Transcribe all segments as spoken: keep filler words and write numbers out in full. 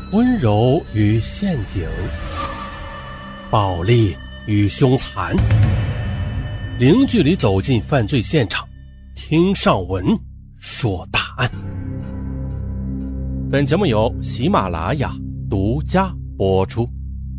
温柔与陷阱，暴力与凶残，零距离走进犯罪现场，听上文说大案。本节目由喜马拉雅独家播出。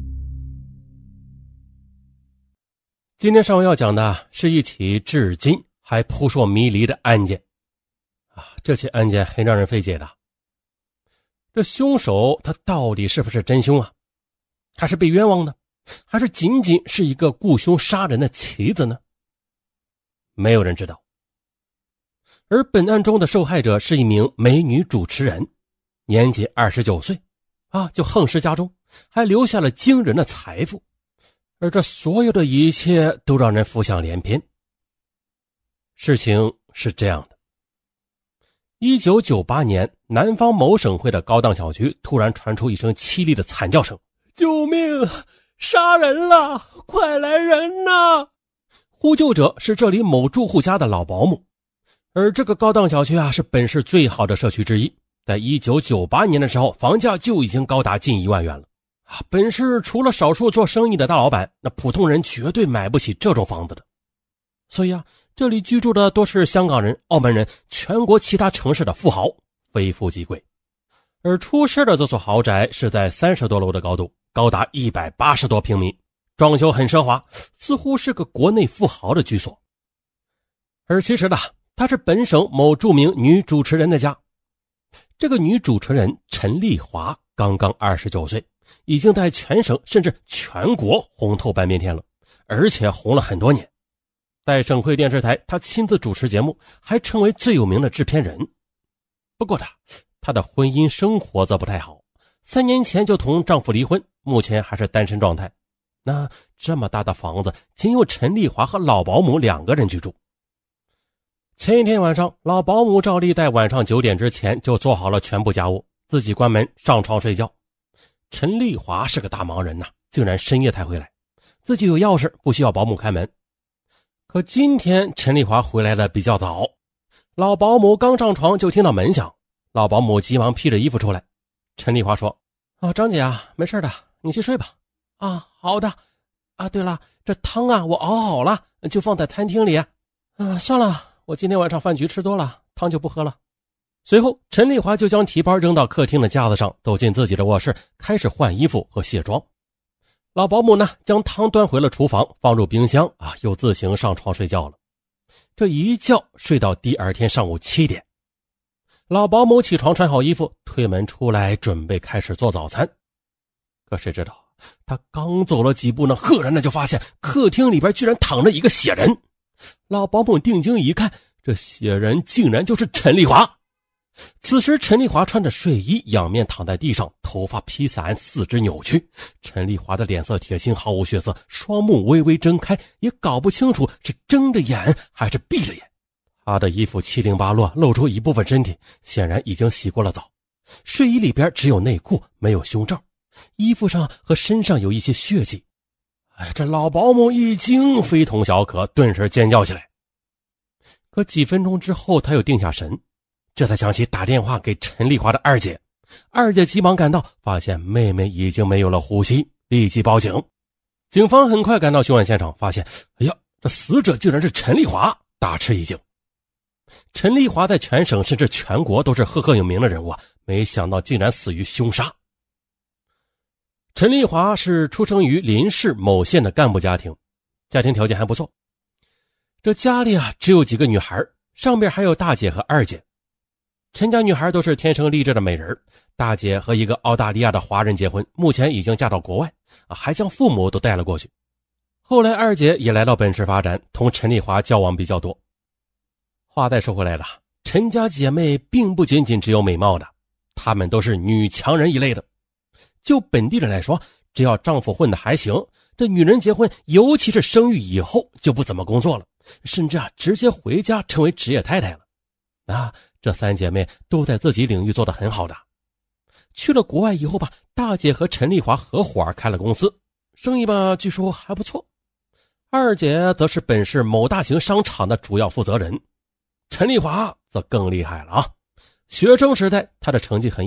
今天上文要讲的是一起至今还扑朔迷离的案件啊，这起案件很让人费解的。这凶手他到底是不是真凶啊？还是被冤枉呢？还是仅仅是一个雇凶杀人的棋子呢？没有人知道。而本案中的受害者是一名美女主持人，年仅二十九岁啊，就横尸家中，还留下了惊人的财富。而这所有的一切都让人浮想联翩。事情是这样的，一九九八年，南方某省会的高档小区突然传出一声凄厉的惨叫声：救命！杀人了！快来人呐！呼救者是这里某住户家的老保姆。而这个高档小区啊，是本市最好的社区之一，在一九九八年的时候，房价就已经高达近一万元了啊！本市除了少数做生意的大老板，那普通人绝对买不起这种房子的。所以啊，这里居住的多是香港人、澳门人，全国其他城市的富豪，非富即贵。而出事的这所豪宅是在三十多楼的高度，高达一百八十多平米，装修很奢华，似乎是个国内富豪的居所。而其实呢，它是本省某著名女主持人的家。这个女主持人陈丽华刚刚二十九岁，已经在全省甚至全国红透半边天了，而且红了很多年。在省会电视台，她亲自主持节目，还成为最有名的制片人。不过她她的婚姻生活则不太好，三年前就同丈夫离婚，目前还是单身状态。那这么大的房子，仅有陈丽华和老保姆两个人居住。前一天晚上，老保姆照例在晚上九点之前就做好了全部家务，自己关门上床睡觉。陈丽华是个大忙人呐、啊，竟然深夜才回来，自己有钥匙，不需要保姆开门。可今天陈丽华回来的比较早，老保姆刚上床就听到门响，老保姆急忙披着衣服出来。陈丽华说：啊，张姐啊，没事的，你去睡吧。啊，好的。啊，对了，这汤啊我熬好了，就放在餐厅里。啊，算了，我今天晚上饭局吃多了，汤就不喝了。随后陈丽华就将提包扔到客厅的架子上，走进自己的卧室，开始换衣服和卸妆。老保姆呢，将汤端回了厨房，放入冰箱啊，又自行上床睡觉了。这一觉睡到第二天上午七点。老保姆起床穿好衣服，推门出来准备开始做早餐。可谁知道他刚走了几步呢，赫然的就发现客厅里边居然躺着一个血人。老保姆定睛一看，这血人竟然就是陈丽华。此时陈丽华穿着睡衣仰面躺在地上，头发披散，四肢扭曲。陈丽华的脸色铁青，毫无血色，双目微微睁开，也搞不清楚是睁着眼还是闭着眼。她的衣服七零八落，露出一部分身体，显然已经洗过了澡。睡衣里边只有内裤，没有胸罩，衣服上和身上有一些血迹。哎，这老保姆一惊，非同小可，顿时尖叫起来。可几分钟之后，他又定下神，这才想起打电话给陈丽华的二姐。二姐急忙赶到，发现妹妹已经没有了呼吸，立即报警。警方很快赶到凶案现场，发现哎呀，这死者竟然是陈丽华，大吃一惊。陈丽华在全省甚至全国都是赫赫有名的人物啊，没想到竟然死于凶杀。陈丽华是出生于临市某县的干部家庭，家庭条件还不错。这家里啊只有几个女孩，上边还有大姐和二姐。陈家女孩都是天生丽质的美人，大姐和一个澳大利亚的华人结婚，目前已经嫁到国外，还将父母都带了过去。后来二姐也来到本市发展，同陈丽华交往比较多。话再说回来了，陈家姐妹并不仅仅只有美貌的，她们都是女强人一类的。就本地人来说，只要丈夫混得还行，这女人结婚，尤其是生育以后，就不怎么工作了，甚至啊直接回家成为职业太太了。啊，这三姐妹都在自己领域做得很好的。去了国外以后吧，大姐和陈丽华合伙开了公司，生意吧据说还不错。二姐则是本市某大型商场的主要负责人。陈丽华则更厉害了啊！学生时代她的成绩很一般，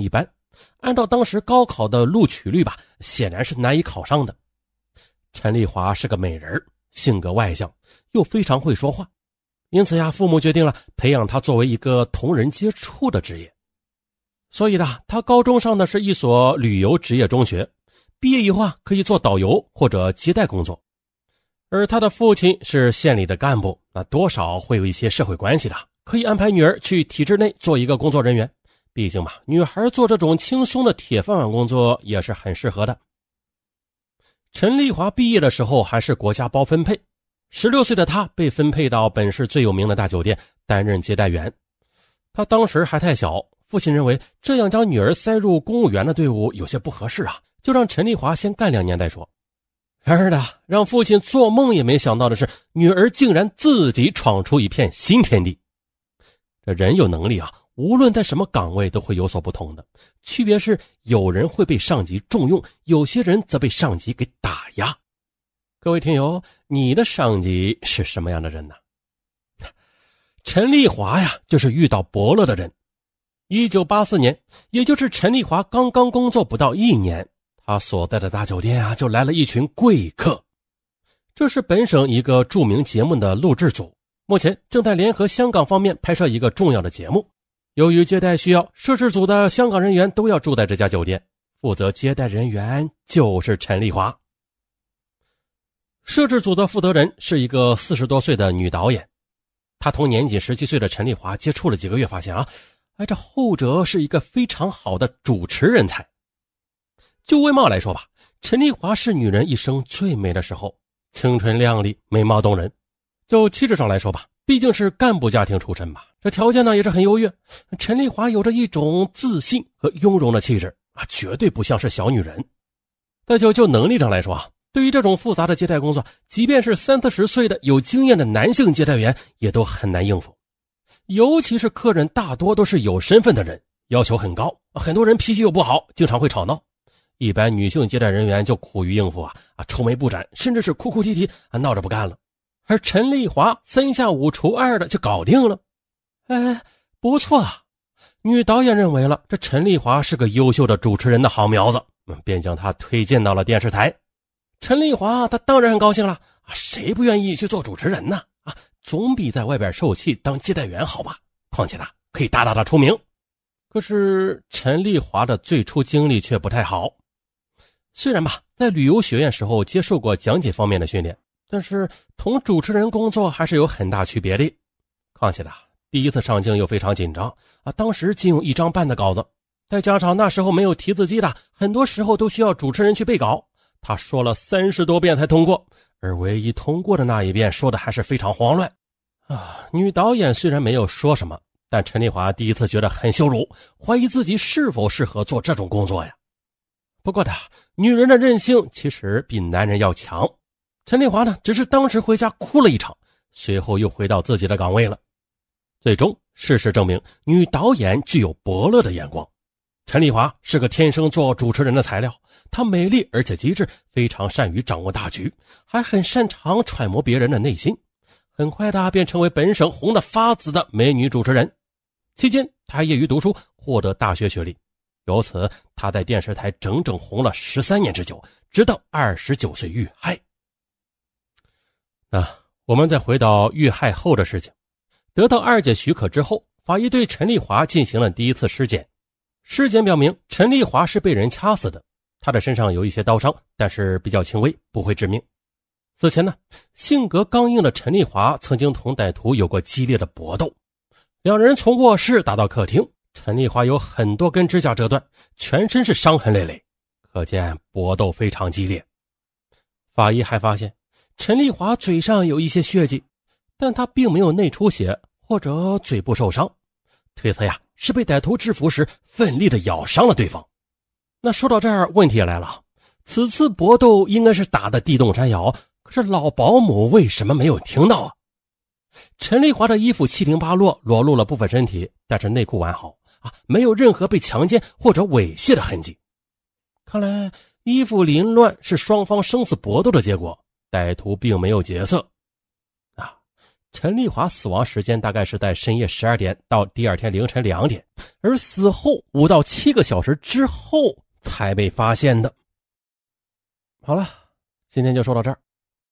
按照当时高考的录取率吧，显然是难以考上的。陈丽华是个美人，性格外向，又非常会说话，因此呀，父母决定了培养她作为一个同人接触的职业。所以呢，她高中上的是一所旅游职业中学，毕业以后啊，可以做导游或者接待工作。而她的父亲是县里的干部，那多少会有一些社会关系的，可以安排女儿去体制内做一个工作人员。毕竟嘛，女孩做这种轻松的铁饭碗工作也是很适合的。陈丽华毕业的时候还是国家包分配，十六岁的她被分配到本市最有名的大酒店担任接待员。她当时还太小，父亲认为这样将女儿塞入公务员的队伍有些不合适啊，就让陈丽华先干两年再说。然而呢，让父亲做梦也没想到的是，女儿竟然自己闯出一片新天地。这人有能力啊，无论在什么岗位都会有所不同的，区别是有人会被上级重用，有些人则被上级给打压。各位听友，你的上级是什么样的人呢？陈丽华呀，就是遇到伯乐的人。一九八四年，也就是陈丽华刚刚工作不到一年，他所在的大酒店啊，就来了一群贵客。这是本省一个著名节目的录制组，目前正在联合香港方面拍摄一个重要的节目。由于接待需要，摄制组的香港人员都要住在这家酒店，负责接待人员就是陈丽华。摄制组的负责人是一个四十多岁的女导演，她同年仅十七岁的陈丽华接触了几个月，发现啊，哎，这后者是一个非常好的主持人才。就外貌来说吧，陈丽华是女人一生最美的时候，青春靓丽，美貌动人。就气质上来说吧，毕竟是干部家庭出身吧，这条件呢也是很优越。陈丽华有着一种自信和雍容的气质啊，绝对不像是小女人。再就就能力上来说啊，对于这种复杂的接待工作，即便是三四十岁的有经验的男性接待员也都很难应付。尤其是客人大多都是有身份的人，要求很高，很多人脾气又不好，经常会吵闹。一般女性接待人员就苦于应付啊啊，愁眉不展，甚至是哭哭啼啼啊，闹着不干了。而陈丽华三下五除二的就搞定了。哎，不错啊。女导演认为了这陈丽华是个优秀的主持人的好苗子，便将她推荐到了电视台。陈丽华她当然很高兴了啊，谁不愿意去做主持人呢？啊，总比在外边受气当接待员好吧？况且呢，可以大大的出名。可是陈丽华的最初经历却不太好。虽然吧，在旅游学院时候接受过讲解方面的训练，但是同主持人工作还是有很大区别的。况且呢，第一次上镜又非常紧张啊，当时仅有一张半的稿子，再加上那时候没有提字机的，很多时候都需要主持人去背稿。他说了三十多遍才通过，而唯一通过的那一遍说的还是非常慌乱啊。女导演虽然没有说什么，但陈丽华第一次觉得很羞辱，怀疑自己是否适合做这种工作呀。不过的，女人的韧性其实比男人要强。陈丽华呢，只是当时回家哭了一场，随后又回到自己的岗位了。最终事实证明，女导演具有伯乐的眼光。陈丽华是个天生做主持人的材料，她美丽而且机智，非常善于掌握大局，还很擅长揣摩别人的内心。很快的便成为本省红得发紫的美女主持人。期间她还业余读书，获得大学学历。由此她在电视台整整红了十三年之久，直到二十九岁遇害。那我们再回到遇害后的事情。得到二姐许可之后，法医对陈丽华进行了第一次尸检。尸检表明陈丽华是被人掐死的，她的身上有一些刀伤，但是比较轻微，不会致命。此前呢，性格刚硬的陈丽华曾经同歹徒有过激烈的搏斗，两人从卧室打到客厅，陈丽华有很多根指甲折断，全身是伤痕累累，可见搏斗非常激烈。法医还发现陈丽华嘴上有一些血迹，但她并没有内出血或者嘴部受伤，推测呀是被歹徒制服时奋力的咬伤了对方。那说到这儿，问题也来了，此次搏斗应该是打得地动山摇，可是老保姆为什么没有听到啊？陈丽华的衣服七零八落，裸露了部分身体，但是内裤完好啊，没有任何被强奸或者猥亵的痕迹。看来衣服凌乱是双方生死搏斗的结果，歹徒并没有劫色啊。 陈丽华死亡时间大概是在深夜十二点到第二天凌晨两点，而死后五到七个小时之后才被发现的。好了，今天就说到这儿。